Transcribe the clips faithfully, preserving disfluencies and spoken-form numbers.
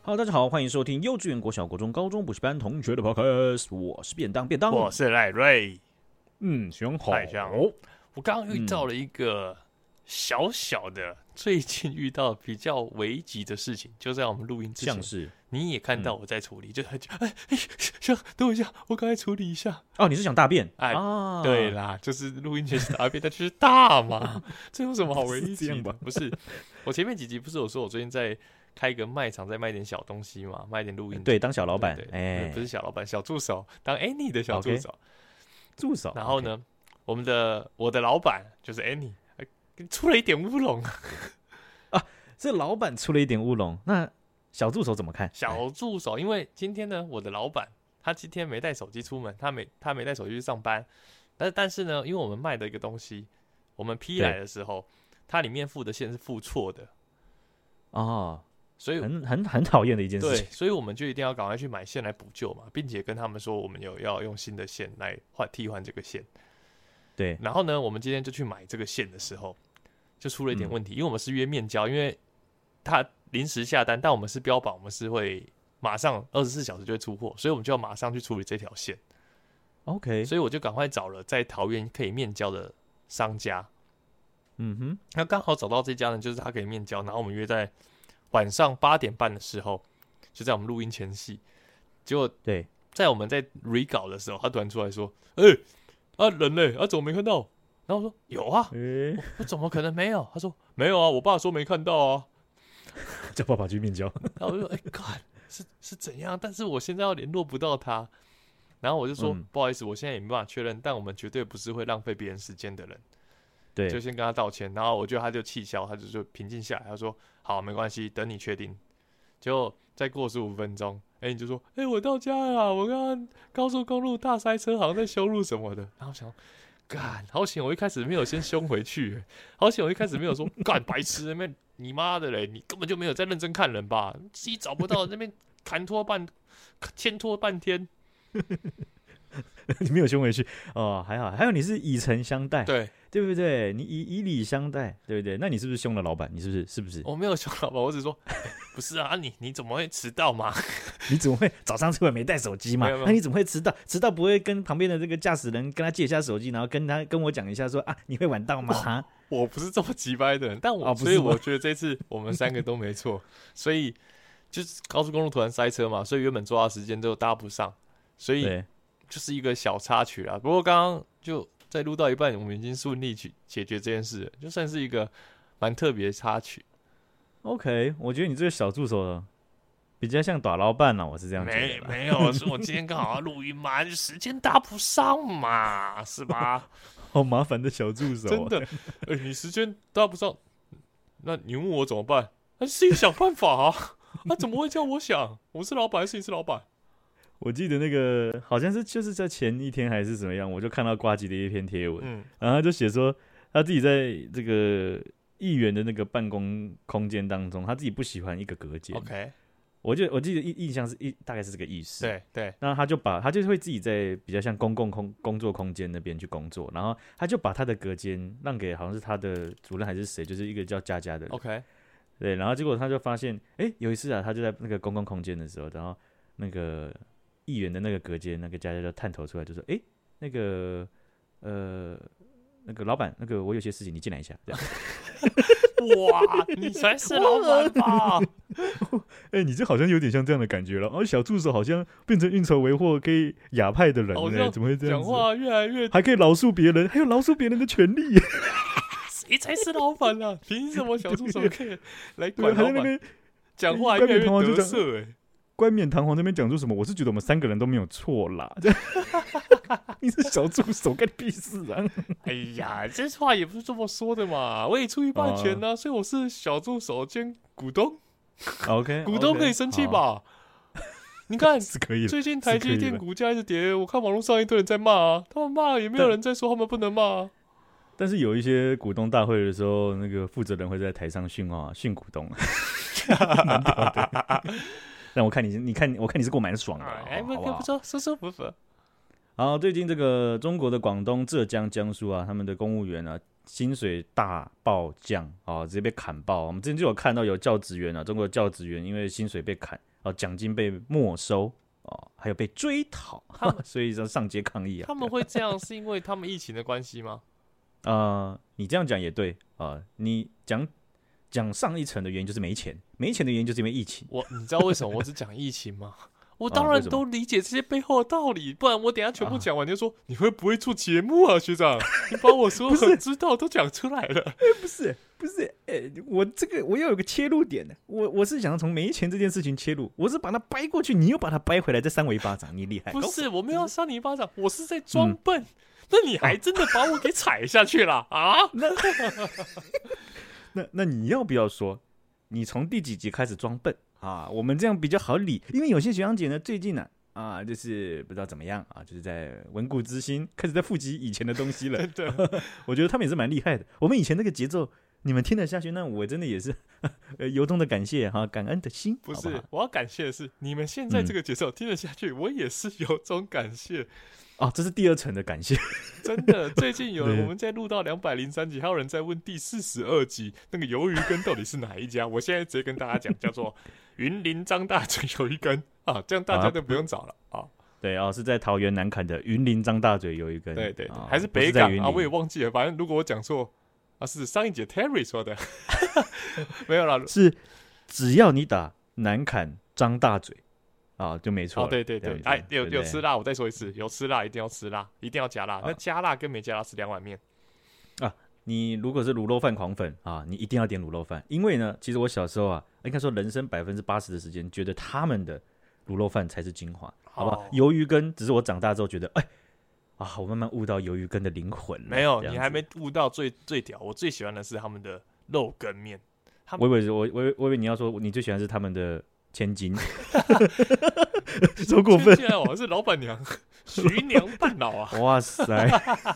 Hello， 大家好，欢迎收听幼稚园、国小、国中、高中补习班同学的 podcast， 我是便当便当， 我是赖瑞。 嗯，熊好。 赖香，我刚刚遇到了一个小小的、最近遇到比较危急的事情，就在我们录音之前， 像是你也看到我在处理，嗯、就很哎哎，想等我一下，我赶快处理一下。 哦，你是想大便？ 哎， 啊， 对啦，就是录音前是大便，但就是大嘛，这有什么好危急的？不是，我前面几集不是有说我最近在开一个卖场，在卖点小东西嘛，卖点录音， 对，当小老板， 哎，不是小老板，小助手，当 Annie 的小助手， okay, 助手。 然后呢， okay. 我们的我的老板就是 Annie。出了一点乌龙啊！这老板出了一点乌龙，那小助手怎么看？ 小助手，因为今天呢，我的老板他今天没带手机出门，他没他没带手机去上班，但但是呢，因为我们卖的一个东西，我们批来的时候，它里面附的线是附错的哦， 所以很很很讨厌的一件事情。 对，所以我们就一定要赶快去买线来补救嘛，并且跟他们说我们有要用新的线来换替换这个线。 对， 然后呢，我们今天就去买这个线的时候，就出了一点问题，嗯、因为我们是约面交，因为他临时下单，但我们是标榜我们是会马上二十四小时就会出货，所以我们就要马上去处理这条线。 OK， 所以我就赶快找了在桃园可以面交的商家。 嗯哼， 那刚好找到这家呢，就是他可以面交，然后我们约在晚上八点半的时候，就在我们录音前夕，结果对， 在我们在 re 稿的时候，他突然出来说：“哎、欸。”啊人嘞啊怎么没看到？然后我说有啊，欸、我, 我怎么可能没有？他说没有啊，我爸说没看到啊， 叫爸爸去面交。 然后我就说哎干、欸、是是怎样？但是我现在要联络不到他，然后我就说、嗯、不好意思，我现在也没办法确认，但我们绝对不是会浪费别人时间的人， 对， 就先跟他道歉。然后我觉得他就气消，他就就平静下来，他说好没关系，等你确定。结果再过十五分钟。哎、欸，你就说，哎、欸，我到家了，我刚刚高速公路大塞车，好像在修路什么的。然后想，干，好险！我一开始没有先凶回去，好险！我一开始没有说，干白痴，那边你妈的嘞，你根本就没有在认真看人吧？自己找不到，那边砍拖半，牵拖半天。 你没有凶回去哦，还好，还有你是以诚相待， 对对不对？你以以礼相待，对不对？那你是不是凶了老板？你是不是是不是？ 我没有凶老板，我只说、欸、不是啊，你你怎么会迟到嘛？ 你怎么会早上出来没带手机嘛？那、啊、你怎么会迟到？迟到不会跟旁边的这个驾驶人跟他借一下手机，然后跟他跟我讲一下说啊，你会晚到吗？ 我, 我不是这么急掰的人，但我、哦、所以我觉得这次我们三个都没错，所以就是高速公路突然塞车嘛，所以原本抓的时间都搭不上，所以。就是一个小插曲啦，不过刚刚就在录到一半，我们已经顺利去解决这件事了，就算是一个蛮特别的插曲。 OK， 我觉得你这个小助手比较像打老板啦，我是这样觉得。 没没有，是我今天刚好要录音嘛，时间搭不上嘛，是吧？ 好麻烦的小助手、啊， 真的。哎、欸，你时间搭不上，那你问我怎么办？那自己想办法啊！那、啊、怎么会叫我想？我是老板还是你是老板？ 我记得那个好像是就是在前一天还是怎么样，我就看到呱吉的一篇贴文、嗯，然后他就写说他自己在这个议员的那个办公空间当中，他自己不喜欢一个隔间。 OK， 我就我记得印象是一大概是这个意思。 对对， 那他就把他就会自己在比较像公共空工作空间那边去工作，然后他就把他的隔间让给好像是他的主任还是谁，就是一个叫佳佳的人。 OK， 对，然后结果他就发现，哎、欸，有一次啊，他就在那个公共空间的时候，然后那个。议员的那个隔间，那个佳佳就探头出来，就说：“哎、欸，那个，呃，那个老板，那个我有些事情，你进来一下。”这样。 哇，你才是老板吧？ 哎、欸，你这好像有点像这样的感觉了。哦，小助手好像变成运筹帷幄、可以亚派的人呢、欸，怎么会这样子？ 讲话越来越， 还可以饶恕别人，还有饶恕别人的权利。 谁才是老板啊？凭什么小助手可以来管老板？讲话越来越得瑟哎。 冠冕堂皇那边讲出什么？我是觉得我们三个人都没有错啦。你是小助手，干你屁事啊！ 哎呀，这话也不是这么说的嘛。我也出一半钱呢、啊， oh. 所以我是小助手兼股东。 OK， 股东可以生气吧？ Okay. 你看， 是可以。 最近台积电股价一直跌，我看网络上一堆人在骂啊，他们骂也没有人在说他们不能骂、啊。 但是有一些股东大会的时候，那个负责人会在台上训话，训股东，蛮屌的。但我看你，你看，我看你是过蛮爽的， 哎，不不错，舒舒服服。 好，最近这个中国的广东、浙江、江苏啊，他们的公务员啊， 薪水大暴降啊，直接被砍爆。我们之前就有看到有教职员啊，中国教职员因为薪水被砍，啊，奖金被没收。哦，还有被追讨，所以说上街抗议啊。 他们会这样是因为他们疫情的关系吗？ 呃，你这样讲也对啊、呃。你讲讲上一层的原因就是没钱，没钱的原因就是因为疫情。 我你知道为什么我只讲疫情吗？我当然都理解这些背后的道理，不然我等一下全部讲完就说、啊、你会不会做节目啊，学长？你把我所有很知道都讲出来了。 欸、不是不是，欸、我这个我要有个切入点的，我我是想从没钱这件事情切入，我是把它掰过去，你又把它掰回来，再扇我一巴掌，你厉害。 不是，我没有要扇你一巴掌，我是在装笨。嗯、那你还真的把我给踩下去了啊？ 那那那你要不要说，你从第几集开始装笨？啊，我们这样比较好理，因为有些学长姐呢，最近呢、啊，啊，就是不知道怎么样啊，就是在温故知新，开始在复习以前的东西了。 对， 我觉得他们也是蛮厉害的。我们以前那个节奏，你们听得下去，那我真的也是呃由衷的感谢哈、啊，感恩的心。 不是， 好不好， 我要感谢的是你们现在这个节奏、嗯、听得下去，我也是由衷感谢。 哦，这是第二层的感谢。 真的，最近有人我们在录到两百零三集，还有人在问第四十二集那个鱿鱼羹到底是哪一家？我现在直接跟大家讲，叫做云林张大嘴鱿鱼羹啊，这样大家都不用找了啊。啊对哦，是在桃园南崁的云林张大嘴鱿鱼羹。 对对对， 哦、 还是北港啊，我也忘记了。反正如果我讲错啊，是上一节 Terry 说的，没有啦， 是只要你打南崁张大嘴。啊、哦，就没错。 哦，对对对，哎，有对对有吃辣，我再说一次，有吃辣一定要吃辣，一定要加辣。那、啊、加辣跟没加辣是两碗面啊。你如果是卤肉饭狂粉啊，你一定要点卤肉饭，因为呢，其实我小时候啊，应该说人生百分之八十的时间，觉得他们的卤肉饭才是精华，好不好？鱿鱼羹只是我长大之后觉得，哎，啊，我慢慢悟到鱿鱼羹的灵魂了。 没有，你还没悟到最最屌。我最喜欢的是他们的肉羹面。 我以为我我我以为你要说你最喜欢的是他们的千金，多过分！ 现在我是老板娘，徐娘半老啊！ 哇塞！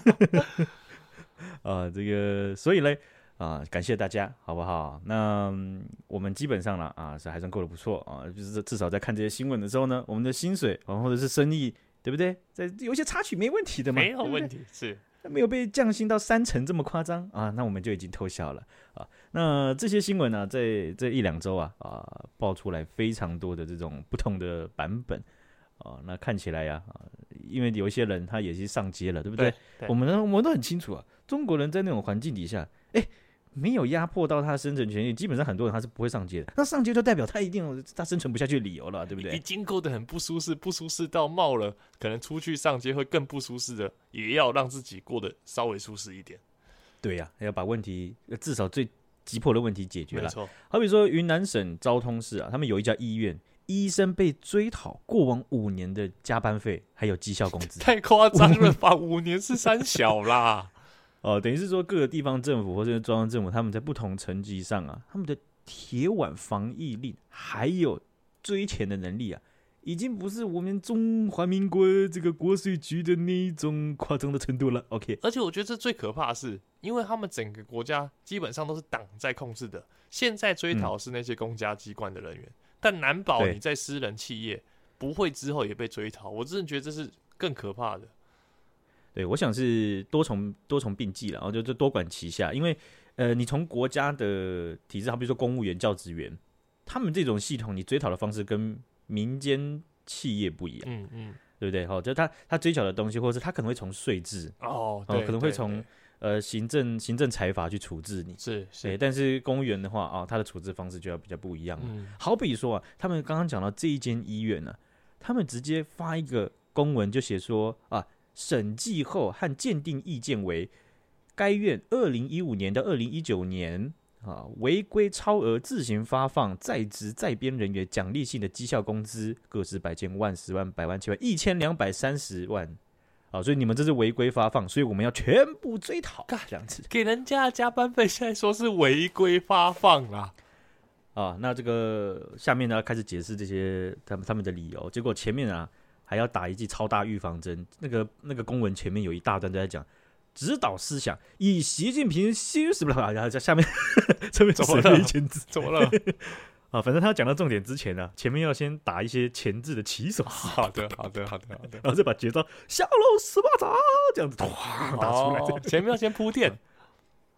啊，这个，所以嘞，啊，感谢大家，好不好？那、嗯、我们基本上啦，啊，是还算过得不错啊，就是至少在看这些新闻的时候呢，我们的薪水啊，或者是生意，对不对？在有些插曲没问题的嘛， 没有问题， 对对是。 没有被降薪到三成这么夸张啊，那我们就已经偷笑了啊。那这些新闻呢、啊，在这一两周啊啊爆出来非常多的这种不同的版本啊。那看起来呀、啊，因为有一些人他也是上街了，对不对？ 对对我们呢，我们都很清楚啊，中国人在那种环境底下，哎，没有压迫到他的生存权益，基本上很多人他是不会上街的。那上街就代表他一定有他生存不下去的理由了，对不对？ 已经过得很不舒适，不舒适到冒了可能出去上街会更不舒适的，也要让自己过得稍微舒适一点。 对呀、啊，要把问题至少最急迫的问题解决了。 没错， 好比说云南省昭通市啊，他们有一家医院，医生被追讨过往五年的加班费还有绩效工资， 太夸张了吧？五年是三小啦。 哦，等于是说各个地方政府或者中央政府，他们在不同层级上啊，他们的铁腕防疫令还有追钱的能力啊，已经不是我们中华民国这个国税局的那一种夸张的程度了。OK， 而且我觉得这最可怕的是，因为他们整个国家基本上都是党在控制的，现在追讨是那些公家机关的人员，嗯、但难保你在私人企业不会之后也被追讨。我真的觉得这是更可怕的。 对，我想是多重多重并济了，然后就就多管齐下，因为呃，你从国家的体制，好比说公务员、教职员，他们这种系统，你追讨的方式跟民间企业不一样， 嗯嗯， 对不对？好，就他他追缴的东西，或者是他可能会从税制哦，对， 可能会从呃行政行政财阀去处置你， 是是， 对，但是公务员的话啊、哦，他的处置方式就要比较不一样了。 嗯、 好比说啊，他们刚刚讲到这一间医院呢、啊，他们直接发一个公文就写说啊。审计后和鉴定意见为，该院二零一五年到二零一九年啊违规超额自行发放在职在编人员奖励性的绩效工资，个十百千万十万百万千万一千两百三十万啊，所以你们这是违规发放，所以我们要全部追讨，这样子给人家的加班费，现在说是违规发放啦。 啊，那这个下面呢开始解释这些他们他们的理由，结果前面啊。还要打一剂超大预防针，那个那个公文前面有一大段都在讲指导思想，以习近平新什么了，然后在下面这边省了一千字， 怎么了？ 啊，反正他讲到重点之前呢、啊，前面要先打一些前置的起手式。 好的，好的，好的，好的， 然后再把绝招下楼十八掌这样子哗打出来、 哦。前面要先铺垫。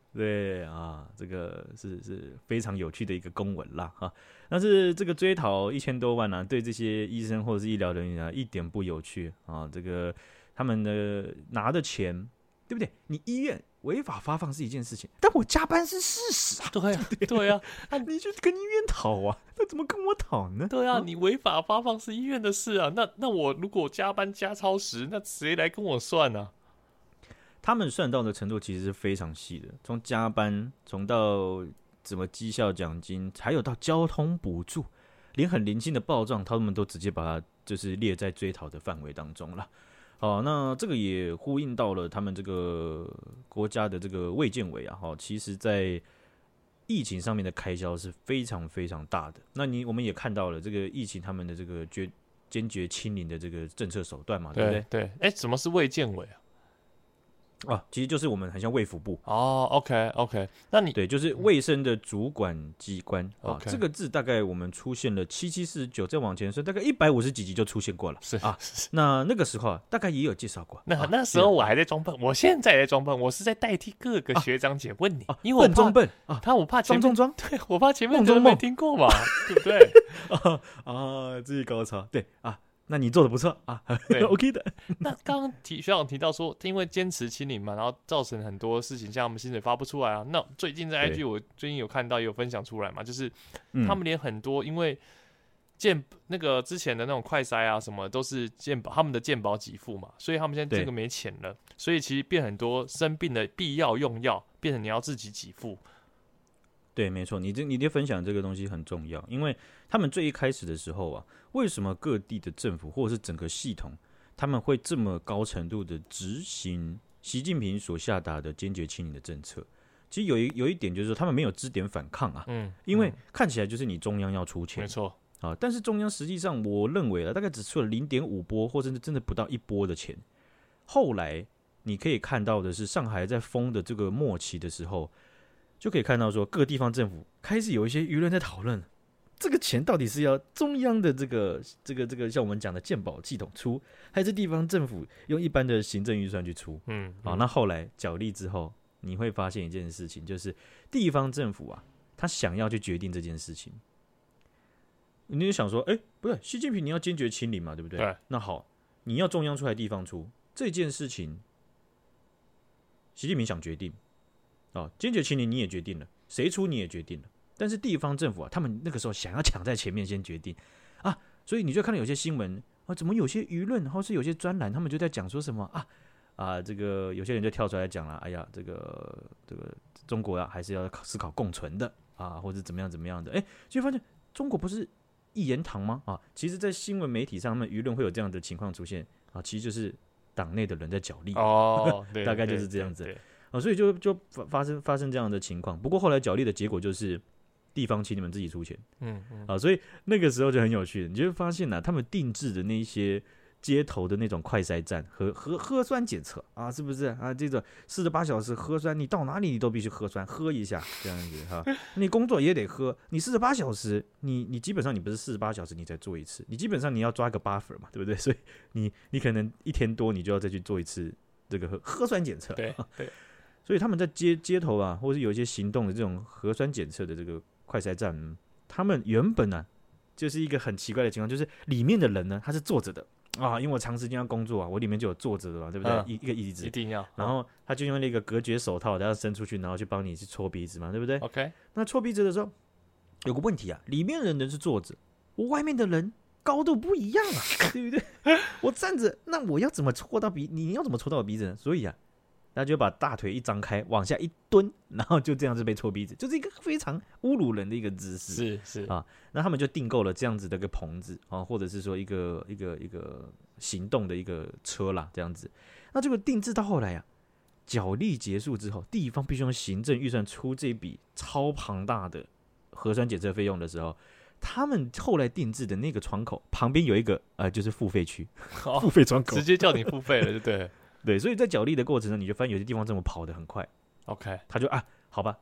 对啊，这个是是非常有趣的一个公文啦哈。但是这个追讨一千多万啊，对这些医生或者是医疗人员啊一点不有趣啊。这个他们的拿的钱，对不对？你医院违法发放是一件事情，但我加班是事实啊。 对啊，对啊， 啊，你去跟医院讨啊，那怎么跟我讨呢？ 对啊，你违法发放是医院的事啊。那那我如果加班加超时，那谁来跟我算呢、啊？ 他们算到的程度其实是非常细的，从加班，从到怎么绩效奖金，还有到交通补助，连很零星的报账，他们都直接把它就是列在追讨的范围当中了。好，那这个也呼应到了他们这个国家的这个卫健委啊，哈，其实在疫情上面的开销是非常非常大的。那你我们也看到了这个疫情他们的这个决坚决清零的这个政策手段嘛，对不对？ 对，哎，什么是卫健委啊？ 啊，其实就是我们很像卫福部哦 ，OK OK， 那你对，就是卫生的主管机关啊。 Okay. 这个字大概我们出现了七七四十九，再往前说，大概一百五十几集就出现过了。 是啊，那那个时候啊，大概也有介绍过。 那、 啊、 那时候我还在装笨，我现在也在装笨，我是在代替各个学长姐问你， 啊、 因为我笨中笨啊， 他我怕前面装装对我怕前面的人没听过嘛，对不对？ 啊啊，自己高潮，对啊。那你做的不错啊，OK 的。 那刚刚提学长提到说，因为坚持清零嘛，然后造成很多事情，像我们薪水发不出来啊。那最近在 I G 我最近有看到也有分享出来嘛，就是他们连很多因为健那个之前的那种快筛啊什么都是健保他们的健保给付嘛，所以他们现在这个没钱了，所以其实变很多生病的必要用药变成你要自己给付。 对，没错，你这你的分享这个东西很重要，因为他们最一开始的时候啊，为什么各地的政府或者是整个系统，他们会这么高程度的执行习近平所下达的坚决清零的政策？其实有一有一点就是说，他们没有支点反抗啊， 嗯， 因为看起来就是你中央要出钱， 没错啊，但是中央实际上我认为啊，大概只出了零点五波，或者真的不到一波的钱。后来你可以看到的是，上海在封的这个末期的时候。就可以看到说，各地方政府开始有一些舆论在讨论，这个钱到底是要中央的这个这个这个像我们讲的健保系统出，还是地方政府用一般的行政预算去出？ 嗯， 好，那后来角力之后，你会发现一件事情，就是地方政府啊，他想要去决定这件事情，你就想说，哎、欸，不对，习近平你要坚决清零嘛，对不对？ 对。 那好，你要中央出来，地方出这件事情，习近平想决定。哦，坚决清零你也决定了，谁出你也决定了，但是地方政府啊，他们那个时候想要抢在前面先决定啊，所以你就看到有些新闻啊，怎么有些舆论，或是有些专栏，他们就在讲说什么啊啊，这个有些人就跳出来讲了，哎呀，这个这个中国啊，还是要思考共存的啊，或者怎么样怎么样的，哎，就发现中国不是一言堂吗？啊，其实，在新闻媒体上，他们舆论会有这样的情况出现啊，其实就是党内的人在角力哦，对大概就是这样子。 对对对啊，所以就就发生发生这样的情况。不过后来角力的结果就是地方请你们自己出钱， 嗯嗯， 啊，所以那个时候就很有趣，你就会发现啊，他们定制的那一些街头的那种快筛站和核核酸检测啊，是不是啊？这种四十八小时核酸，你到哪里你都必须核酸喝一下，这样子哈。你工作也得喝，你四十八小时，你你基本上你不是四十八小时你才做一次，你基本上你要抓个 buffer 嘛，对不对？所以你你可能一天多你就要再去做一次这个核核酸检测， 对对。 所以他们在街街头啊，或是有一些行动的这种核酸检测的这个快筛站、嗯，他们原本呢、啊、就是一个很奇怪的情况，就是里面的人呢他是坐着的啊，因为我长时间要工作啊，我里面就有坐着的嘛，对不对？嗯、一一个椅子一定要， 然后他就用那个隔绝手套，然后伸出去，然后去帮你去搓鼻子嘛，对不对 ？OK， 那搓鼻子的时候有个问题啊，里面的人是坐着，我外面的人高度不一样啊，对不对？我站着，那我要怎么戳到鼻？你要怎么戳到我鼻子呢？所以啊。他就把大腿一张开，往下一蹲，然后就这样子被戳鼻子，就是一个非常侮辱人的一个姿势。 是是啊，那他们就订购了这样子的一个棚子啊，或者是说一个一个一个行动的一个车啦，这样子。那这个定制到后来啊，角力结束之后，地方必须用行政预算出这笔超庞大的核酸检测费用的时候，他们后来定制的那个窗口旁边有一个呃，就是付费区， 哦、 付费窗口， 直接叫你付费了，对不对了？ 对，所以在角力的过程中，你就发现有些地方政府跑得很快 ，OK， 他就啊，好吧，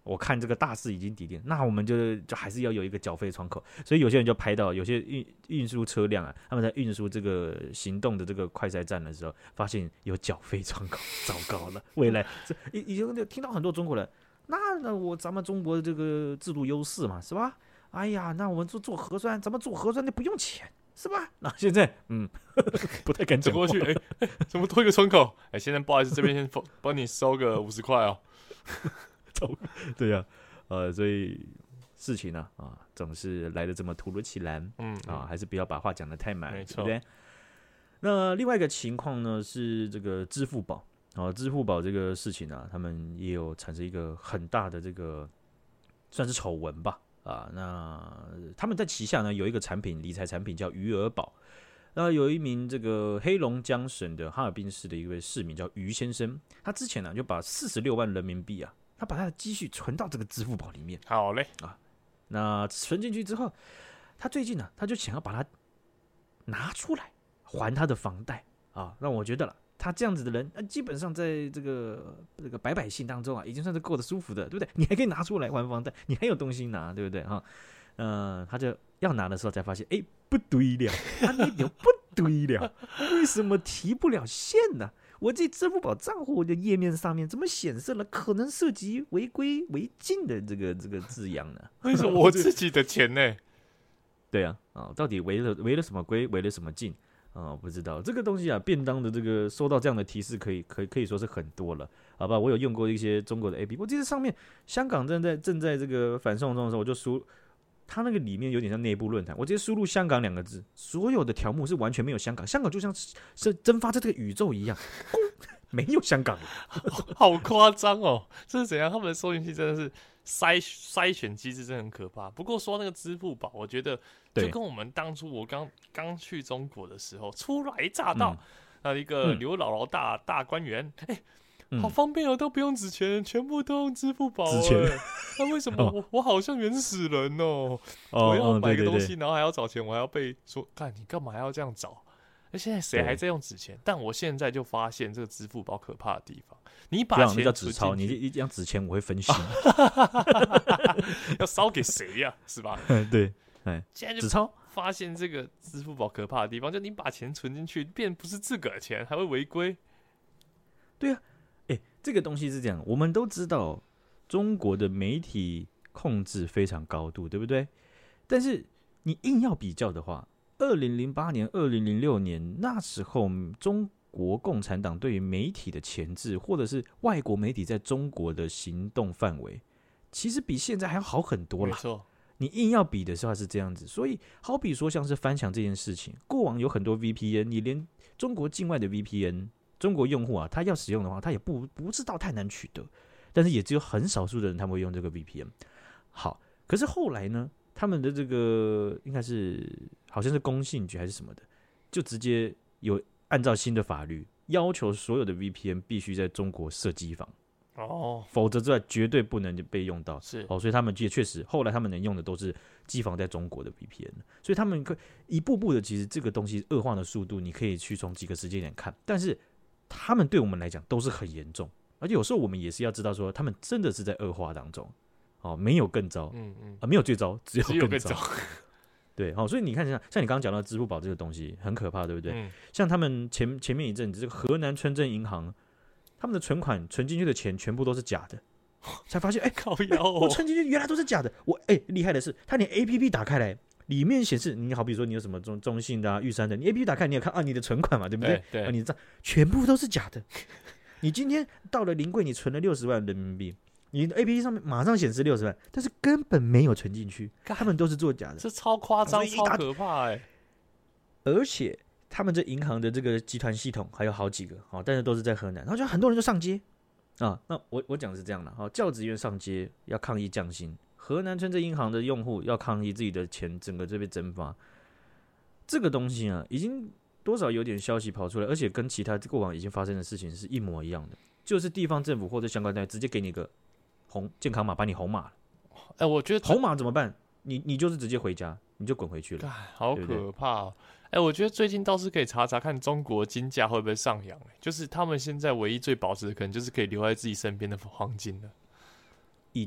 我看这个大势已经底定，那我们就就还是要有一个缴费窗口。所以有些人就拍到有些运运输车辆啊，他们在运输这个行动的这个快筛站的时候，发现有缴费窗口，糟糕了！未来这已已经听到很多中国人，那那我咱们中国的这个制度优势嘛，是吧？哎呀，那我们做做核酸，咱们做核酸那不用钱。是吧？那现在嗯，不太敢走过去，哎、欸欸，怎么多一个窗口？哎、欸，现在不好意思，这边先帮你收个五十块哦。 对呀、啊，呃，所以事情呢啊，总是来的这么突如其来，嗯啊，还是不要把话讲得太满，对不对？那另外一个情况呢是这个支付宝啊，支付宝这个事情啊，他们也有产生一个很大的这个算是丑闻吧。啊，那他们在旗下呢有一个产品，理财产品叫余额宝。那有一名这个黑龙江省的哈尔滨市的一位市民叫余先生，他之前呢、啊、就把四十六万人民币啊，他把他的积蓄存到这个支付宝里面。 好嘞啊，那存进去之后，他最近呢、啊、他就想要把它拿出来还他的房贷啊。那我觉得了。他这样子的人，呃，基本上在这个这个百百姓当中啊，已经算是过得舒服的，对不对？你还可以拿出来还房贷，你还有东西拿，对不对？哈，呃，他就要拿的时候才发现，哎，不对了，啊，那点不对了，为什么提不了现呢？我这支付宝账户的页面上面怎么显示了可能涉及违规违禁的这个这个字样呢？ 为什么我自己的钱呢？ 对啊，啊，到底违了违了什么规，违了什么禁？啊、哦，不知道这个东西啊，便当的这个收到这样的提示可以可以可以说是很多了，好吧？我有用过一些中国的 A P P， 我记得上面香港正在正在这个反送中的时候，我就输，它那个里面有点像内部论坛，我直接输入香港两个字，所有的条目是完全没有香港，香港就像是蒸发在这个宇宙一样，没有香港， 好夸张哦！这是怎样？他们的收银器真的是筛筛选机制真的很可怕。不过说那个支付宝，我觉得就跟我们当初我刚刚去中国的时候，初来乍到，那、嗯、一个刘姥姥大、嗯、大观园，哎、欸，好方便哦，都不用纸钱，全部都用支付宝。 纸钱？ 那为什么我、哦、我好像原始人哦？ 哦我要买个东西， 对对对， 然后还要找钱，我还要被说，看你干嘛还要这样找？现在谁还在用纸钱？但我现在就发现这个支付宝可怕的地方，你把钱叫纸钞，你一张纸钱我会分心， 要烧给谁呀、啊？是吧？ 对，哎， 现在纸钞发现这个支付宝可怕的地方，就你把钱存进去，变不是自个儿钱，还会违规。 对啊，哎，这个东西是这样，我们都知道中国的媒体控制非常高度，对不对？但是你硬要比较的话。二零零八年、二零零六年那时候，中国共产党对于媒体的钳制，或者是外国媒体在中国的行动范围，其实比现在还要好很多啦。 没错， 你硬要比的时候是这样子，所以好比说像是翻墙这件事情，过往有很多 V P N， 你连中国境外的 V P N， 中国用户啊，他要使用的话，他也不不知道太难取得，但是也只有很少数的人他们会用这个 V P N。好，可是后来呢？他们的这个应该是好像是工信局还是什么的，就直接有按照新的法律要求所有的 V P N 必须在中国设机房哦， 否则之外绝对不能被用到。 是哦，所以他们也确实后来他们能用的都是机房在中国的 V P N， 所以他们可一步步的，其实这个东西恶化的速度，你可以去从几个时间点看，但是他们对我们来讲都是很严重，而且有时候我们也是要知道说，他们真的是在恶化当中。哦，没有更糟，嗯嗯，啊，没有最糟，只有更糟。对，好、哦，所以你看像像你刚刚讲到支付宝这个东西很可怕，对不对？嗯、像他们前前面一阵子，这个河南村镇银行，他们的存款存进去的钱全部都是假的，才发现，哎、欸， 靠腰、哦， 我存进去原来都是假的。我哎，厉、欸、害的是，他连 A P P 打开来，里面显示你好比说你有什么中中信的、啊、玉山的，你 A P P 打开，你有看啊你的存款嘛，对不对？ 对，对啊，你这全部都是假的。你今天到了临柜，你存了六十万人民币。你的 A P P 上面马上显示六十万，但是根本没有存进去，他们都是作假的， 这超夸张、超可怕哎、欸！ 而且他们这银行的这个集团系统还有好几个，哦，但是都是在河南，然后就很多人就上街啊。那我我讲的是这样的，哦，教职员上街要抗议降薪，河南村镇银行的用户要抗议自己的钱整个这被蒸发。这个东西啊，已经多少有点消息跑出来，而且跟其他过往已经发生的事情是一模一样的，就是地方政府或者相关单位直接给你个红健康码，把你红码了。 哎、欸，我觉得红码怎么办？你你就是直接回家，你就滚回去了。 好可怕、哦！哎、欸，我觉得最近倒是可以查查看中国金价会不会上扬、欸。就是他们现在唯一最保值的，可能就是可以留在自己身边的黄金了。 已经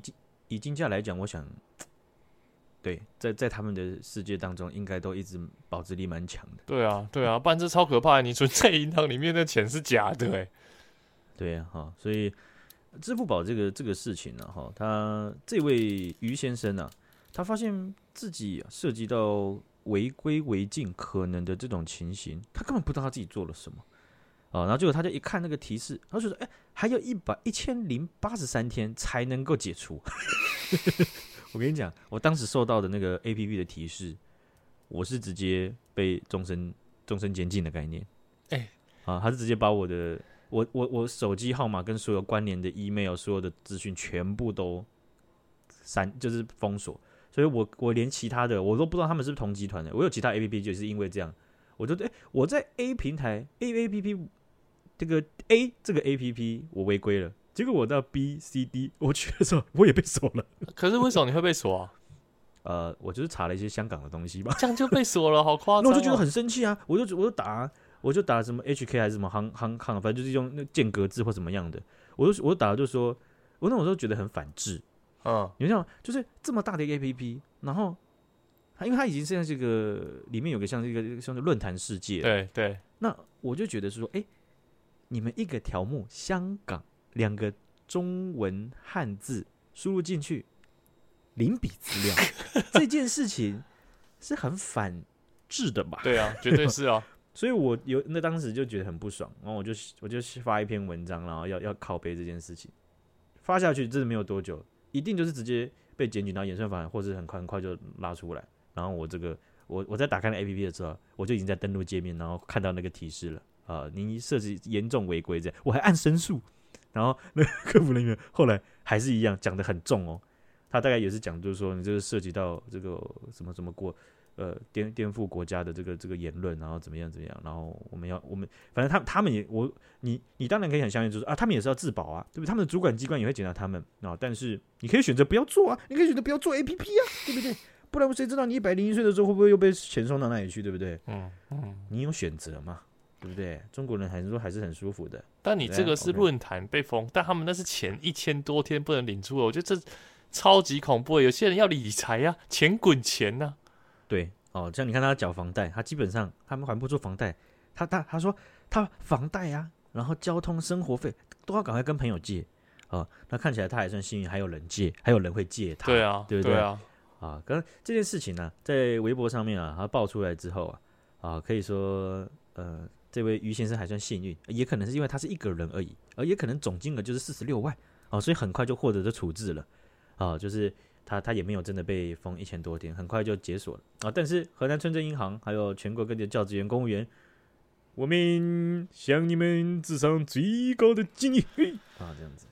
以金价来讲，我想，对，在在他们的世界当中，应该都一直保值力蛮强的。 对啊，对啊，不然这超可怕的，你存在银行里面的钱是假的哎。 对啊，哈，所以支付宝这个这个事情呢、啊，哈，他这位于先生啊，他发现自己、啊、涉及到违规违禁可能的这种情形，他根本不知道他自己做了什么啊，然后结果他就一看那个提示，他就说，哎，还有一百一千零八十三天才能够解除。我跟你讲，我当时收到的那个 A P P 的提示，我是直接被终身终身监禁的概念。 哎、欸， 啊，他是直接把我的我我我手机号码跟所有关联的 email 所有的资讯全部都删，就是封锁。所以我我连其他的我都不知道他们是不是同集团的。我有其他 A P P 就是因为这样，我就哎、欸、我在 A 平台 A A P P 这个 A 这个 A P P 我违规了。结果我到 B、C、D， 我去的时候我也被锁了。 可是为什么你会被锁啊？ 呃，我就是查了一些香港的东西吧， 这样就被锁了，好夸张、哦。 那我就觉得很生气啊！我就我就打，我就打什么 H K 还是什么航航航，反正就是用那间隔字或什么样的，我就我就打了就说，我那种时候觉得很反智。 嗯， 你知道，就是这么大的一个 A P P， 然后它因为它已经现在这个里面有个像这个像是论坛世界， 对对， 那我就觉得说，哎、欸，你们一个条目香港。两个中文汉字输入进去，零笔资料，这件事情是很反智的吧？ 对啊，绝对是啊。 所以我有那当时就觉得很不爽，然后我就我就发一篇文章，然后要要靠背这件事情，发下去真的没有多久，一定就是直接被检举到演算法，或是很快很快就拉出来。然后我这个我我在打开那 A P P 的时候，我就已经在登录界面，然后看到那个提示了啊、呃，您涉及严重违规这样，我还按申诉。然后那个客服人员后来还是一样讲得很重哦，他大概也是讲，就是说你这个涉及到这个什么什么国呃颠颠覆国家的这个这个言论，然后怎么样怎么样，然后我们要我们反正他他们也我你你当然可以很相信，就是啊他们也是要自保啊，对不对？他们的主管机关也会检查他们啊，但是你可以选择不要做啊，你可以选择不要做 A P P 啊，对不对？不然谁知道你一百零一岁的时候会不会又被钱送到那里去，对不对？嗯嗯，你有选择嘛？对不对？中国人还是说还是很舒服的。 但你这个是论坛被封， okay. 但他们那是前一千多天不能领出了，我觉得这超级恐怖的。有些人要理财啊，钱滚钱呐、啊。 对哦，像你看他缴房贷，他基本上他们还不出房贷，他他他说他房贷啊，然后交通生活费都要赶快跟朋友借啊、哦。那看起来他还算幸运，还有人借，还有人会借他。 对啊， 对不对？ 对啊。 啊，可是这件事情呢、啊，在微博上面啊，他爆出来之后啊，啊，可以说呃。这位于先生还算幸运，也可能是因为他是一个人而已，而也可能总金额就是四十六万哦，所以很快就获得这处置了啊、哦，就是他他也没有真的被封一千多天，很快就解锁了啊、哦。但是河南村镇银行还有全国各地的教职员、公务员，我们向你们致上最高的敬意啊，这样子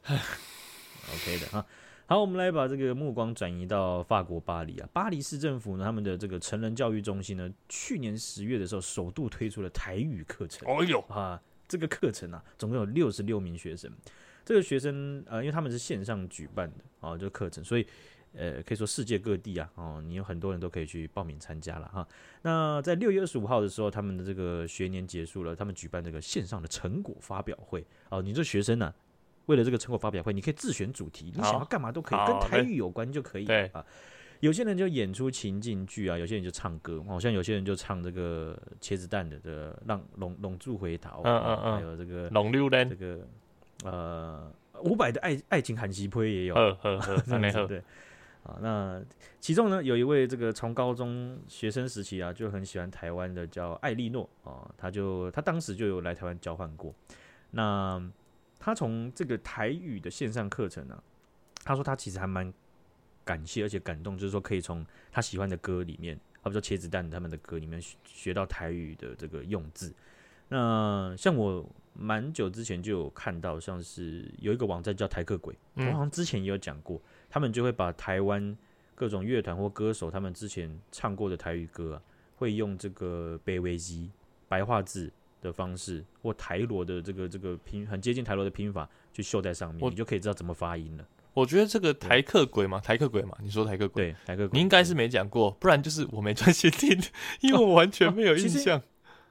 ，OK 的哈。好，我们来把这个目光转移到法国巴黎啊。巴黎市政府呢，他们的这个成人教育中心呢，去年十月的时候，首度推出了台语课程。 哦呦啊，这个课程啊，总共有六十六名学生。这个学生呃，因为他们是线上举办的啊，这个课程，所以呃，可以说世界各地啊，哦，你有很多人都可以去报名参加了哈。那在六月二十五号的时候，他们的这个学年结束了，他们举办这个线上的成果发表会哦。你这学生呢、啊？为了这个成果发表会，你可以自选主题，你想要干嘛都可以，跟台语有关就可以。 对啊，有些人就演出情境剧啊，有些人就唱歌，好像有些人就唱这个茄子蛋的的《让龙龙柱回逃》， 嗯嗯嗯， 还有这个龙六人， 这个呃伍佰的爱爱情韩西配也有， 呵呵呵，这样子对。啊，那其中呢，有一位这个从高中学生时期啊就很喜欢台湾的叫艾莉诺啊，他就他当时就有来台湾交换过，那。他从这个台语的线上课程啊，他说他其实还蛮感谢而且感动，就是说可以从他喜欢的歌里面，比如说茄子蛋他们的歌里面学到台语的这个用字。那像我蛮久之前就有看到，像是有一个网站叫台客鬼，嗯、我好像之前也有讲过，他们就会把台湾各种乐团或歌手他们之前唱过的台语歌啊，会用这个北维基白话字的方式或台罗的这个这个拼很接近台罗的拼法去绣在上面，你就可以知道怎么发音了。 我觉得这个台客鬼嘛，台客鬼嘛，你说台客鬼， 对，台客鬼， 你应该是没讲过，不然就是我没专心听，因为我完全没有印象。 哦、其,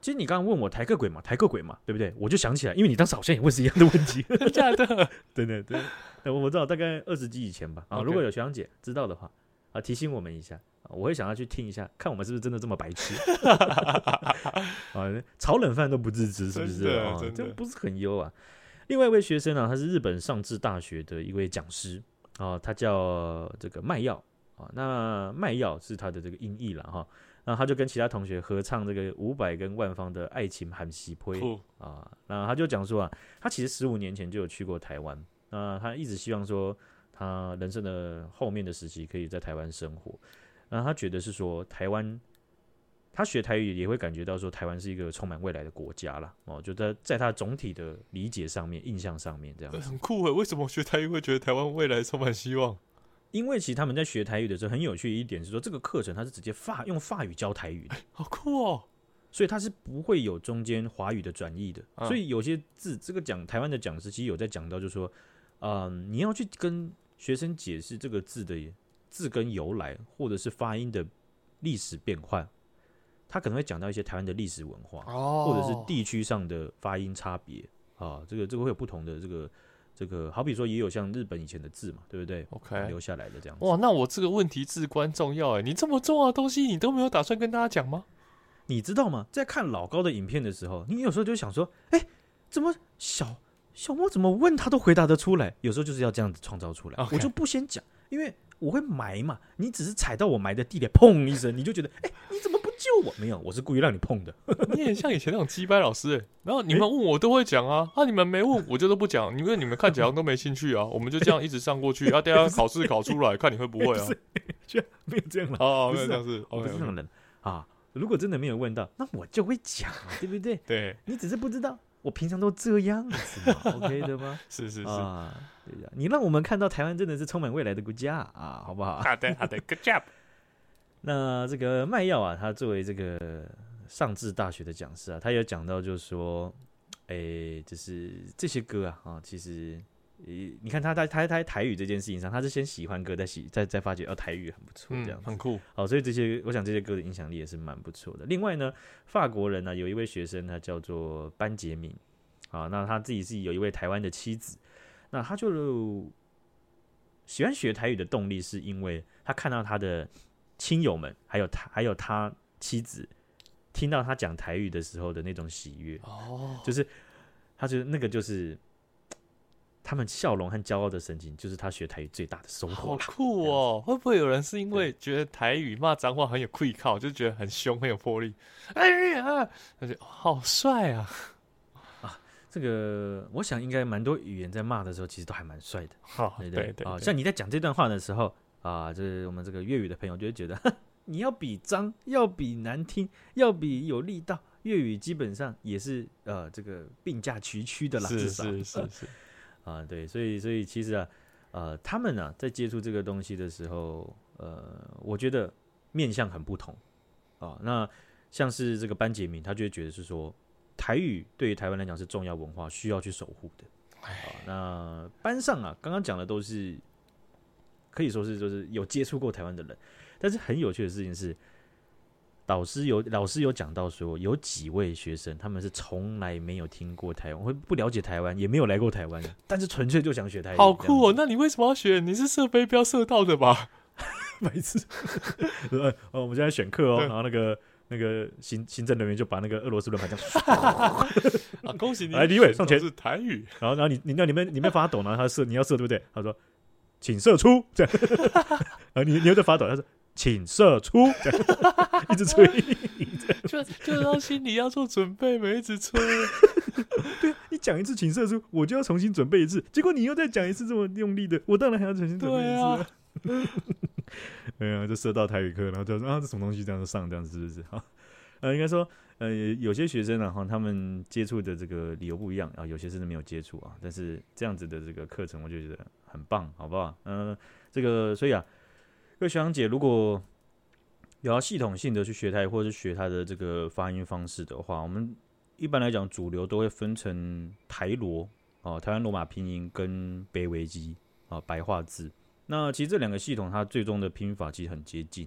其实你刚刚问我台客鬼嘛，台客鬼嘛，对不对？我就想起来，因为你当时好像也问是一样的问题， 真的假的？ 对对对，我知道大概二十集以前吧。啊， OK 如果有学长姐知道的话，啊，提醒我们一下，啊我会想要去听一下，看我们是不是真的这么白痴。啊，炒冷饭都不自知，是不是？ 真的啊， 真的这不是很优啊。另外一位学生啊，他是日本上智大学的一位讲师啊，他叫这个麦耀啊。那麦耀是他的这个音译了哈。那他就跟其他同学合唱这个伍佰跟万芳的《爱情含喜配》啊。那他就讲说啊，他其实十五年前就有去过台湾，那他一直希望说他人生的后面的时期可以在台湾生活。那他觉得是说台湾，他学台语也会感觉到说台湾是一个充满未来的国家啦。哦，就在在他总体的理解上面、印象上面这样子。 很酷诶，为什么学台语会觉得台湾未来充满希望？ 因为其实他们在学台语的时候，很有趣的一点是说，这个课程它是直接法用法语教台语的， 好酷哦！ 所以它是不会有中间华语的转译的。 嗯所以有些字，这个讲台湾的讲师其实有在讲到，就是说，嗯，你要去跟学生解释这个字的字根由来，或者是发音的历史变换，他可能会讲到一些台湾的历史文化， 哦， 或者是地区上的发音差别啊，这个这个会有不同的这个。这个好比说也有像日本以前的字嘛，对不对 OK 留下来的这样子。 哇，那我这个问题至关重要哎！你这么重要的东西，你都没有打算跟大家讲吗？ 你知道吗？在看老高的影片的时候，你有时候就想说，哎，怎么小小莫怎么问他都回答得出来？有时候就是要这样子创造出来。 Okay 我就不先讲，因为我会埋嘛。你只是踩到我埋的地雷，砰一声，你就觉得，哎，你怎么不救我？没有，我是故意让你碰的。 你也像以前那种鸡掰老师哎，然后你们问我都会讲啊，啊你们没问我就都不讲，因为你们看起来都没兴趣啊，我们就这样一直上过去，啊等一下考试考出来看你会不会啊？ 没有这样了， 哦， 不是没有这样子， 我不是这种人啊。如果真的没有问到，那我就会讲嘛，对不对？ 对， 你只是不知道，我平常都这样子嘛，OK 的吗？ 是是是， 啊，对的，你让我们看到台湾真的是充满未来的国家啊，好不好？ 好的好的 ，Good job。 那这个麦耀啊，他作为这个上智大学的讲师啊，他有讲到，就是说，诶，就是这些歌啊，啊，其实，你看他在他他台语这件事情上，他是先喜欢歌，再喜再再发觉哦，台语很不错，这样子、 嗯、很酷。 好，所以这些我想这些歌的影响力也是蛮不错的。另外呢，法国人呢、啊、有一位学生，他叫做班杰明，啊，那他自己是有一位台湾的妻子，那他就喜欢学台语的动力，是因为他看到他的亲友们，还有他还有他妻子，听到他讲台语的时候的那种喜悦， 哦， 就是他觉得那个就是他们笑容和骄傲的神情，就是他学台语最大的收获好啦。 酷哦！会不会有人是因为觉得台语骂脏话很有气靠，就觉得很凶很有魄力？哎呀，他就、哦、好帅啊！ 这个我想应该蛮多语言在骂的时候，其实都还蛮帅的。 好， 对对对啊，像你在讲这段话的时候啊，就是我们这个粤语的朋友就会觉得，你要比脏，要比难听，要比有力道，粤语基本上也是呃这个并驾齐驱的啦， 是至少是是是啊，对，所以所以其实啊，呃，他们啊在接触这个东西的时候，呃，我觉得面向很不同啊。那像是这个班杰明，他就会觉得是说，台语对于台湾来讲是重要文化，需要去守护的。啊，那班上啊，刚刚讲的都是可以说是就是有接触过台湾的人，但是很有趣的事情是，导师有老师有讲到说，有几位学生他们是从来没有听过台湾，会不了解台湾，也没有来过台湾的，但是纯粹就想学台语。 好酷哦！那你为什么要学？你是射飞镖射到的吧？ 白痴！哦，我们现在选课哦，然后那个那个行行政人员就把那个俄罗斯轮盘这样， 啊，恭喜你！ 来，李伟上前是台语， 然后然后你你那里面里面发抖，然后他射，你要射对不对？他说，请射出，这样，然后你你又在发抖，他说。请射出，一直吹， 就就让心里要做准备，没一直吹。 对，你讲一次请射出，我就要重新准备一次。结果你又再讲一次这么用力的，我当然还要重新准备一次。啊，对啊，就射到台语课，然后就说啊，这什么东西这样子上，这样子是不是？好，呃，应该说，呃，有些学生啊，哈，他们接触的这个理由不一样啊，有些甚至没有接触啊，但是这样子的这个课程，我就觉得很棒，好不好？嗯、呃，这个所以啊。各位学长姐，如果有要系统性的去学台语，或者是学它的这个发音方式的话，我们一般来讲主流都会分成台罗哦，台湾罗马拼音跟北维基啊白话字。那其实这两个系统它最终的拼法其实很接近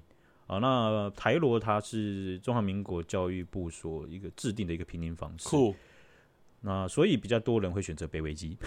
好，那台罗它是中华民国教育部所一个制定的一个拼音方式。 酷。 那所以比较多人会选择北维基，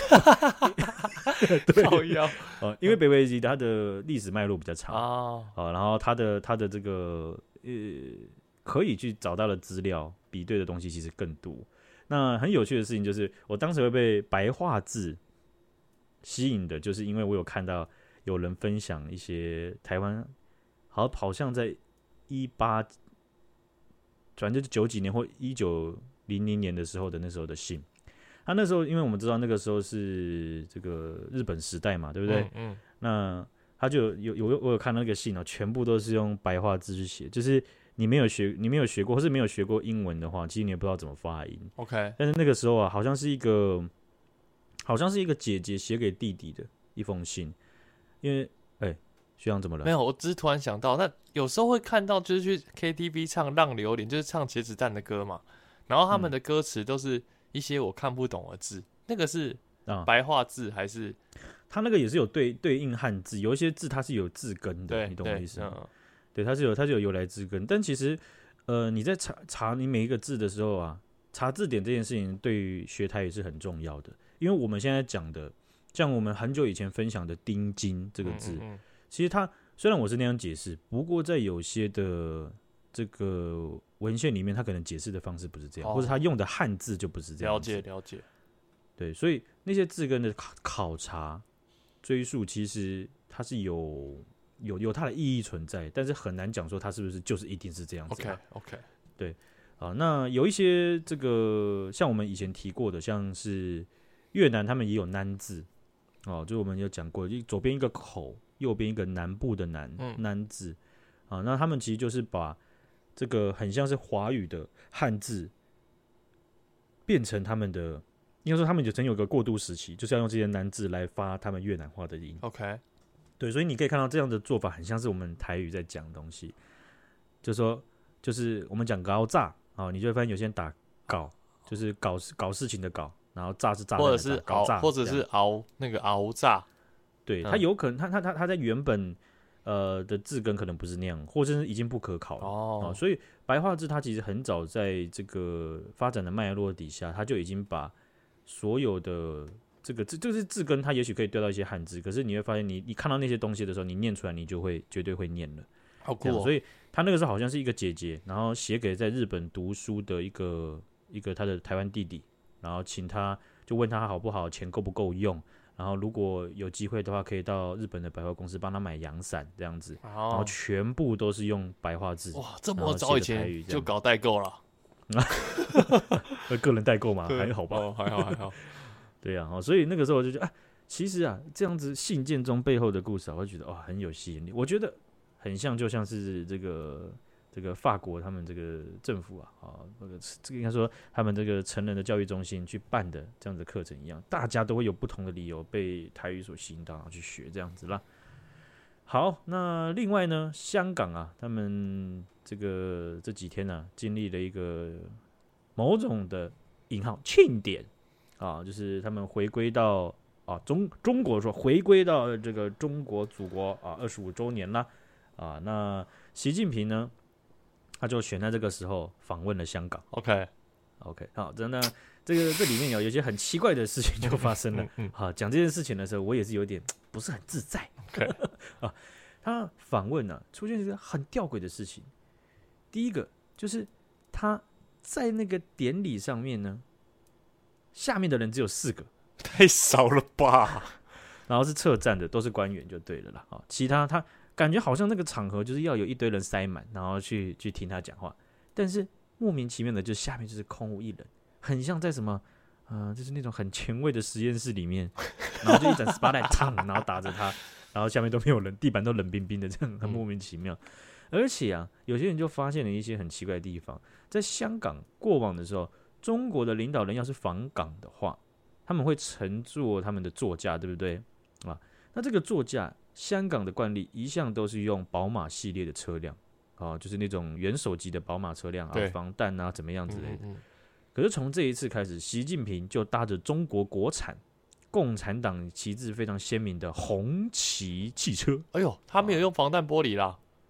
靠腰呃，因为北维基它的历史脉络比较长啊， 呃，然后它的它的这个呃可以去找到的资料比对的东西其实更多。那很有趣的事情就是，我当时会被白话字吸引的，就是因为我有看到有人分享一些台湾，好好像在一八，反正就是九几年或一九零零年的时候的那时候的信。他那时候，因为我们知道那个时候是这个日本时代嘛，对不对？ 嗯嗯， 那他就有有我有看到那个信哦，全部都是用白话字去写，就是你没有学你没有学过，或是没有学过英文的话，其实你也不知道怎么发音。 OK， 但是那个时候啊，好像是一个好像是一个姐姐写给弟弟的一封信，因为哎、欸，学长怎么了？ 没有，我只是突然想到，那有时候会看到就是去 K T V 唱《浪流连》，就是唱茄子蛋的歌嘛，然后他们的歌词都是一些我看不懂的字，那个是白话字还是？啊、 他那个也是有对对应汉字，有一些字它是有字根的，你懂我意思吗？嗯、对，它是有它是有由来字根，但其实呃你在查查你每一个字的时候啊，查字典这件事情对于学台语是很重要的，因为我们现在讲的，像我们很久以前分享的丁金这个字，嗯嗯嗯其实它虽然我是那样解释，不过在有些的这个文献里面，它可能解释的方式不是这样，哦、或者它用的汉字就不是这样。 了解了解。 对，所以那些字根的考考察、追溯，其实它是有有有它的意义存在，但是很难讲说它是不是就是一定是这样子。 OK OK， 对啊，那有一些这个像我们以前提过的，像是越南他们也有南字哦，就我们有讲过，左边一个口，右边一个南部的南、嗯、南字啊，那他们其实就是把这个很像是华语的汉字变成他们的。应该说，他们就曾有个过渡时期，就是要用这些南字来发他们越南话的音。 OK， 对，所以你可以看到这样的做法，很像是我们台语在讲的东西。就是说，就是我们讲搞炸啊，你就会发现有些人打搞，就是搞搞事情的搞，然后炸是炸， 或者是搞炸， 或者是熬那个熬炸。 对，它有可能，它它它它在原本呃的字根可能不是那样，或者是已经不可考了哦、啊。所以白话字它其实很早在这个发展的脉络底下，它就已经把所有的这个字，这个是字根，它也许可以对到一些汉字，可是你会发现你，你你看到那些东西的时候，你念出来，你就会绝对会念了。 好酷、哦！ 所以他那个时候好像是一个姐姐，然后写给在日本读书的一个一个他的台湾弟弟，然后请他就问他好不好，钱够不够用，然后如果有机会的话，可以到日本的百货公司帮他买阳伞这样子，哦、然后全部都是用白话字。 哇，这么早以前就搞代购了。 个人代购嘛，还好吧？ 哦、还好还好。 对啊，所以那个时候我就觉得，啊，其实啊，这样子信件中背后的故事啊，我就觉得哇，很有吸引力。我觉得很像，就像是这个这个法国他们这个政府啊，啊，这个这个应该说他们这个成人的教育中心去办的这样的课程一样，大家都会有不同的理由被台语所吸引到，然后去学这样子啦。好，那另外呢，香港啊，他们这个这几天呢、啊，经历了一个某种的引号庆典啊，就是他们回归到啊中中国说回归到这个中国祖国啊二十五周年啦啊，那习近平呢，他就选在这个时候访问了香港。 OK OK， 好，真的，这个这里面有有一些很奇怪的事情就发生了。好、嗯嗯啊，讲这件事情的时候，我也是有点不是很自在。 Okay. 啊，他访问呢、啊，出现一个很吊诡的事情。第一个就是他在那个典礼上面呢，下面的人只有四个， 太少了吧？ 然后是侧站的，都是官员就对了啦。啊，其他他感觉好像那个场合就是要有一堆人塞满，然后去去听他讲话，但是莫名其妙的就下面就是空无一人，很像在什么呃，就是那种很前卫的实验室里面，然后就一盏 spotlight 烫，然后打着他，然后下面都没有人，地板都冷冰冰的，这样很莫名其妙。嗯、而且啊，有些人就发现了一些很奇怪的地方，在香港过往的时候，中国的领导人要是访港的话，他们会乘坐他们的座驾，对不对啊？那这个座驾，香港的惯例一向都是用宝马系列的车辆啊，就是那种元首级的宝马车辆啊，防弹啊，怎么样之类的。嗯嗯，可是从这一次开始，习近平就搭着中国国产共产党旗帜非常鲜明的红旗汽车。 哎呦，他没有用防弹玻璃啦。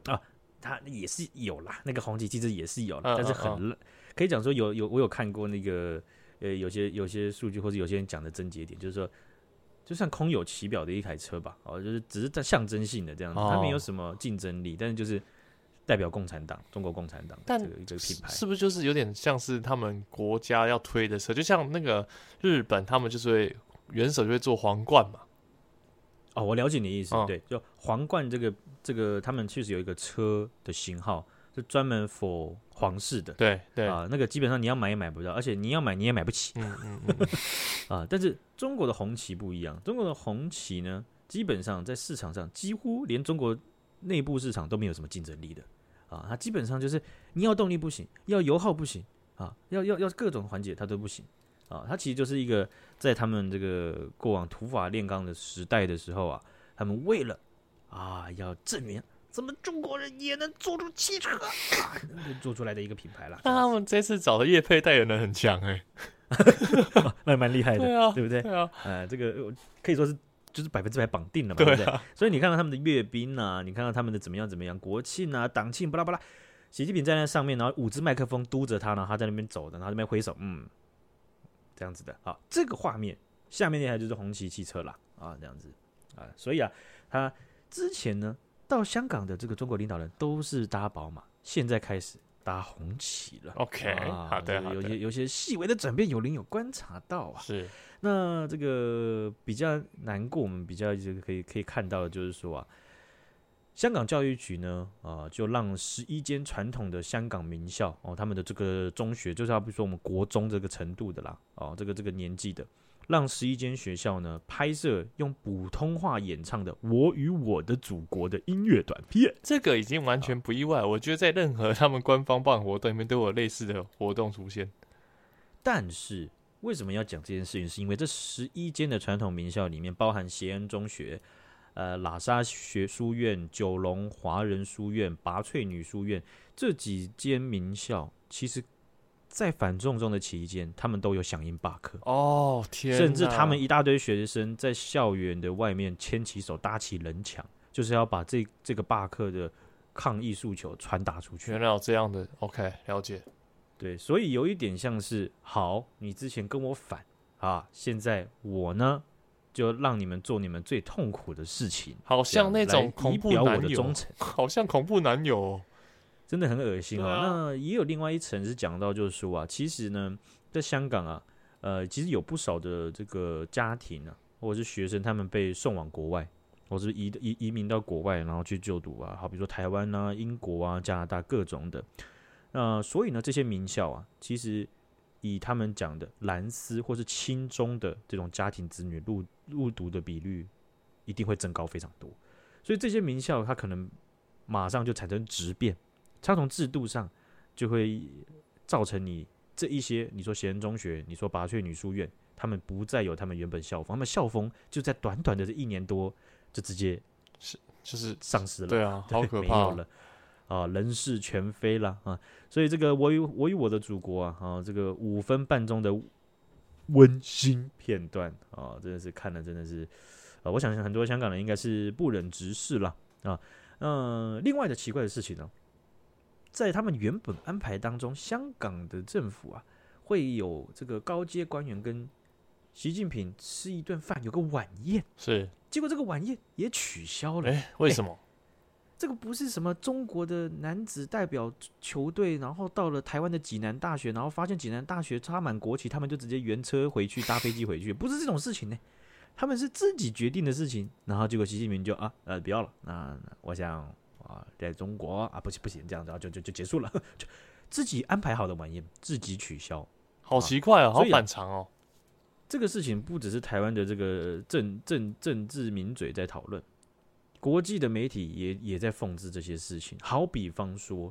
啊，它也是有啦，那个红旗其实也是有啦， 嗯但是很、 嗯嗯、 可以讲说有有我有看过那个呃有些有些数据或者有些人讲的症结点，就是说就算空有其表的一台车吧，哦，就是只是在象征性的这样子， 哦、 它没有什么竞争力，但是就是代表共产党，中国共产党这个一个品牌， 是不是就是有点像是他们国家要推的车？就像那个日本，他们就是会元首就会做皇冠嘛。 哦，我了解你的意思， 哦、 对，就皇冠这个这个，他们确实有一个车的型号是专门 for 皇室的， 对对啊、那个基本上你要买也买不到，而且你要买你也买不起， 嗯嗯嗯啊，但是中国的红旗不一样，中国的红旗呢，基本上在市场上几乎连中国内部市场都没有什么竞争力的。啊，它基本上就是你要动力不行，要油耗不行啊，要要要各种环节它都不行啊。它其实就是一个在他们这个过往土法炼钢的时代的时候啊，他们为了啊要证明咱们中国人也能做出汽车啊，做出来的一个品牌啦。 那他们这次找的业配代言人很强哎、 欸哦，那蛮厉害的， 对啊， 对不对？ 对啊， 呃，这个可以说是。就是百分之百绑定了嘛， 对、啊、 对不对？所以你看到他们的阅兵啊，你看到他们的怎么样怎么样，国庆啊、党庆，巴拉巴拉，习近平在那上面，然后五支麦克风嘟着他，然后他在那边走的，然后在那边挥手，嗯，这样子的。好，这个画面下面那台就是红旗汽车啦，啊，这样子啊，所以啊，他之前呢到香港的这个中国领导人都是搭宝马，现在开始搭红旗了。 OK，、啊、好的，好的， 有些有些细微的转变，有人有观察到啊。 是。 那这个比较难过，我们比较可以可以看到的就是说啊，香港教育局呢，啊、呃，就让十一间传统的香港名校哦，他们的这个中学，就是要比如说我们国中这个程度的啦，哦，这个这个年纪的，让十一间学校呢拍摄用普通话演唱的《我与我的祖国》的音乐短片。 这个已经完全不意外，我觉得在任何他们官方办活动里面都有类似的活动出现， 但是。为什么要讲这件事情？是因为这十一间的传统名校里面，包含协恩中学、呃喇沙学书院、九龙华人书院、拔萃女书院这几间名校，其实在反送中的期间，他们都有响应罢课。 哦，天哪！ 甚至他们一大堆学生在校园的外面牵起手，搭起人墙，就是要把这这个罢课的抗议诉求传达出去。 原来有这样的 ，OK， 了解。 对，所以有一点像是，好，你之前跟我反啊，现在我呢就让你们做你们最痛苦的事情， 好像那种恐怖男友，好像恐怖男友、哦， 真的很恶心哦。 啊、 那也有另外一层是讲到，就是说啊，其实呢，在香港啊，呃，其实有不少的这个家庭啊，或者是学生，他们被送往国外，或是移移移民到国外，然后去就读啊，好比如说台湾啊、英国啊、加拿大各种的。那所以呢，这些名校啊，其实以他们讲的蓝丝或是亲中的这种家庭子女入入读的比率，一定会增高非常多。所以这些名校，它可能马上就产生质变，它从制度上就会造成你这一些，你说协恩中学，你说拔萃女书院，他们不再有他们原本校风，他们校风就在短短的这一年多就直接是就是丧失了。 对啊，好可怕， 没有了。啊，人事全非啦啊！所以这个我与我与我的祖国啊，啊，这个五分半钟的温馨片段啊，真的是看了真的是，啊，我想很多香港人应该是不忍直视啦啊。呃，另外的奇怪的事情呢，在他们原本安排当中，香港的政府啊会有这个高阶官员跟习近平吃一顿饭，有个晚宴， 是， 结果这个晚宴也取消了， 哎、欸，为什么？欸这个不是什么中国的男子代表球队，然后到了台湾的济南大学，然后发现济南大学插满国旗，他们就直接原车回去，搭飞机回去，不是这种事情呢。他们是自己决定的事情，然后结果习近平就啊呃不要了，那我想啊在中国啊不行不行这样，然后就就就结束了，就自己安排好的晚宴自己取消， 好奇怪哦， 啊、 好反常哦。 这个事情不只是台湾的这个政政政治名嘴在讨论。国际的媒体 也, 也在讽刺这些事情，好比方说，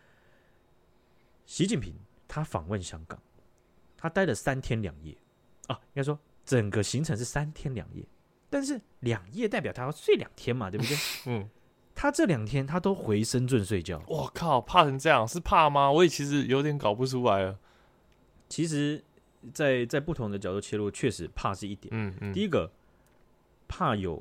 习近平他访问香港，他待了三天两夜啊，应该说整个行程是三天两夜，但是两夜代表他要睡两天嘛，对不对？ 嗯， 他这两天他都回深圳睡觉。 我靠，怕成这样是怕吗？我也其实有点搞不出来了。 其实在，在不同的角度切入，确实怕是一点。 嗯嗯， 第一个怕有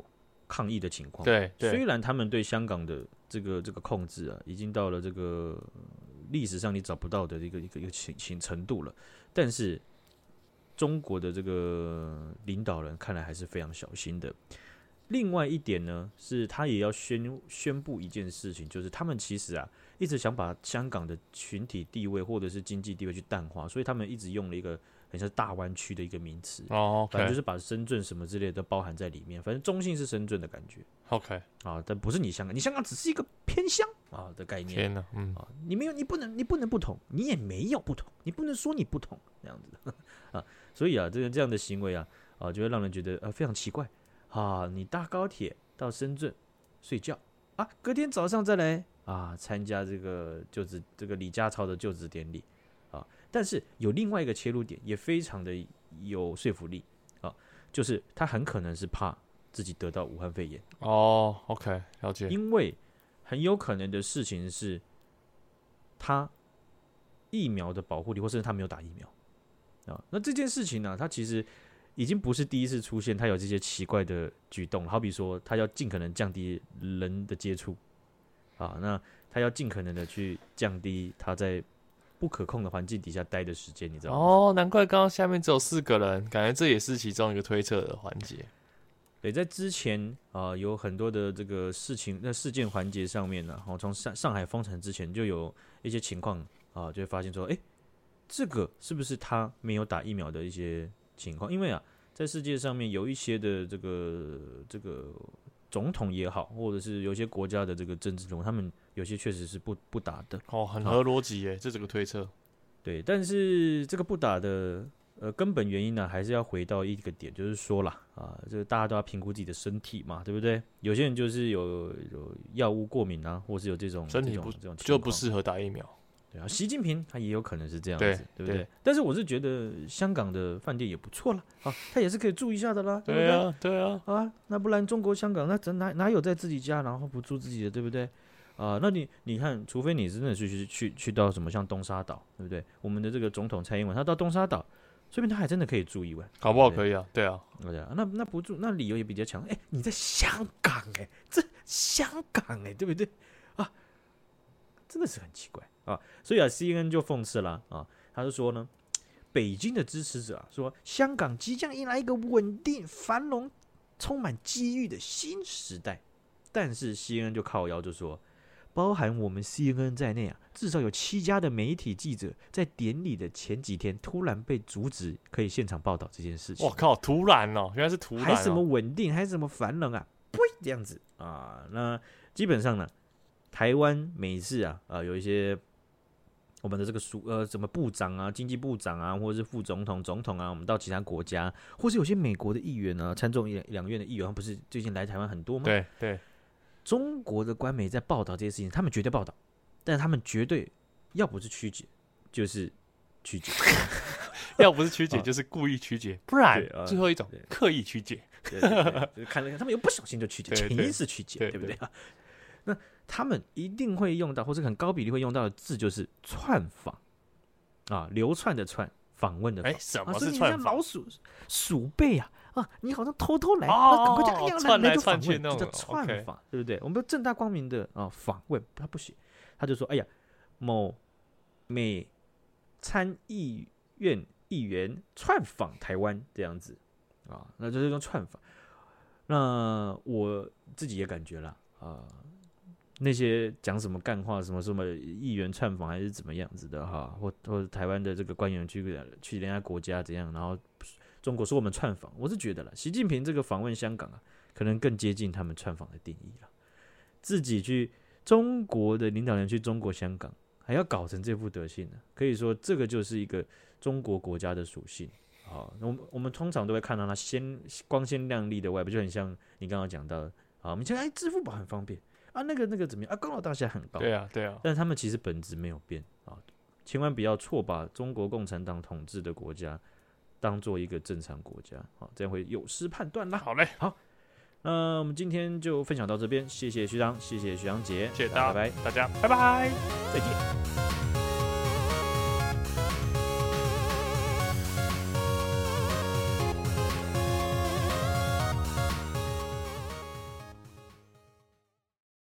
抗议的情况。 对，对虽然他们对香港的这个这个控制啊，已经到了这个历史上你找不到的一个一个一个情程度了，但是中国的这个领导人看来还是非常小心的。另外一点呢，是他也要 宣, 宣布一件事情，就是他们其实啊，一直想把香港的群体地位或者是经济地位去淡化，所以他们一直用了一个很像大湾区的一个名词， 哦， okay， 反正就是把深圳什么之类的都包含在里面，反正中性是深圳的感觉。 OK， 啊，但不是你香港，你香港只是一个偏乡啊的概念。 天哪，嗯啊，你没有，你不能，你不能不同，你也没有不同，你不能说你不同这样子啊，所以啊，这个这样的行为啊，啊，就会让人觉得呃非常奇怪啊。你搭高铁到深圳睡觉啊，隔天早上再来啊参加这个就职这个李家超的就职典礼啊，但是有另外一个切入点，也非常的有说服力啊，就是他很可能是怕自己得到武汉肺炎。 哦 ，OK， 了解。 因为很有可能的事情是，他疫苗的保护力，或甚至他没有打疫苗啊。那这件事情呢、啊，他其实已经不是第一次出现，他有这些奇怪的举动。好比说，他要尽可能降低人的接触啊，那他要尽可能的去降低他在不可控的环境底下待的时间，你知道吗？ 哦，难怪刚刚下面只有四个人，感觉这也是其中一个推测的环节。 对，在之前啊、呃，有很多的这个事情，在事件环节上面呢、啊，从上上海封城之前就有一些情况啊，就会发现说，哎，这个是不是他没有打疫苗的一些情况？因为啊，在世界上面有一些的这个这个总统也好，或者是有些国家的这个政治人物，他们有些确实是不不打的。 哦，很合逻辑耶，这这个推测。 对，但是这个不打的。呃，根本原因呢，还是要回到一个点，就是说啦，啊，这个大家都要评估自己的身体嘛，对不对？有些人就是有有药物过敏啊，或是有这种身体不这种就不适合打疫苗。 对啊，习近平他也有可能是这样子， 对, 对不对？ 对但是我是觉得香港的饭店也不错啦，啊，他也是可以住一下的啦，对不对？ 对啊，对啊， 啊，那不然中国香港那哪哪有在自己家然后不住自己的，对不对？啊，那你你看，除非你真的是去去去到什么像东沙岛，对不对？我们的这个总统蔡英文他到东沙岛。说明他还真的可以住一晚， 搞不好可以啊，对啊， 对啊，那那不住，那理由也比较强。哎、欸，你在香港哎、欸，这香港哎、欸，对不对啊？真的是很奇怪啊。所以啊 ，C N N 就讽刺了啊，他就说呢，北京的支持者啊说，香港即将迎来一个稳定、繁荣、充满机遇的新时代。但是 C N N 就靠腰就说。包含我们 C N N 在内啊，至少有七家的媒体记者在典礼的前几天突然被阻止，可以现场报道这件事情。 我靠，突然哦，原来是突然、哦， 还什么稳定，还什么繁荣啊，呸，这样子啊。那基本上呢，台湾每次啊，啊有一些我们的这个属呃什么部长啊、经济部长啊，或者是副总统、总统啊，我们到其他国家，或是有些美国的议员啊，参众两院的议员，不是最近来台湾很多吗？ 对对。 中国的官媒在报道这些事情，他们绝对报道，但他们绝对要不是曲解，就是曲解， 要不是曲解，就是故意曲解，不然最后一种刻意曲解。 对对对对看了看，他们又不小心就曲解，潜意识曲解，对不对啊？那他们一定会用到，或者很高比例会用到的字，就是串访啊，流窜的窜，访问的访。 哎，什么是串访？ 老鼠鼠辈啊！啊，你好像偷偷来， 哦、 赶快就哎呀， 窜来就访问， 窜去那种， 就叫串访， okay. 对不对？我们正大光明的啊访问，他不行，他就说，哎呀，某美参议院议员串访台湾这样子啊，那就是用串访。那我自己也感觉了啊，那些讲什么干话，什么什么议员串访还是怎么样子的哈，或或者台湾的这个官员去去人家国家怎样，然后。中国说我们串访，我是觉得了，习近平这个访问香港啊，可能更接近他们串访的定义了。自己去中国的领导人去中国香港，还要搞成这副德性呢、啊，可以说这个就是一个中国国家的属性。好，我们我们通常都会看到它鲜光鲜亮丽的外表，就很像你刚刚讲到的，啊，我们讲哎，支付宝很方便啊，那个那个怎么样啊，高楼大厦很高， 对啊对啊， 但是他们其实本质没有变啊，千万不要错把中国共产党统治的国家。当做一个正常国家，好，这样会有失判断啦。 好嘞， 好，那我们今天就分享到这边，谢谢学长，谢谢学长姐， 谢谢大家， 拜拜， 大家拜拜， 再见。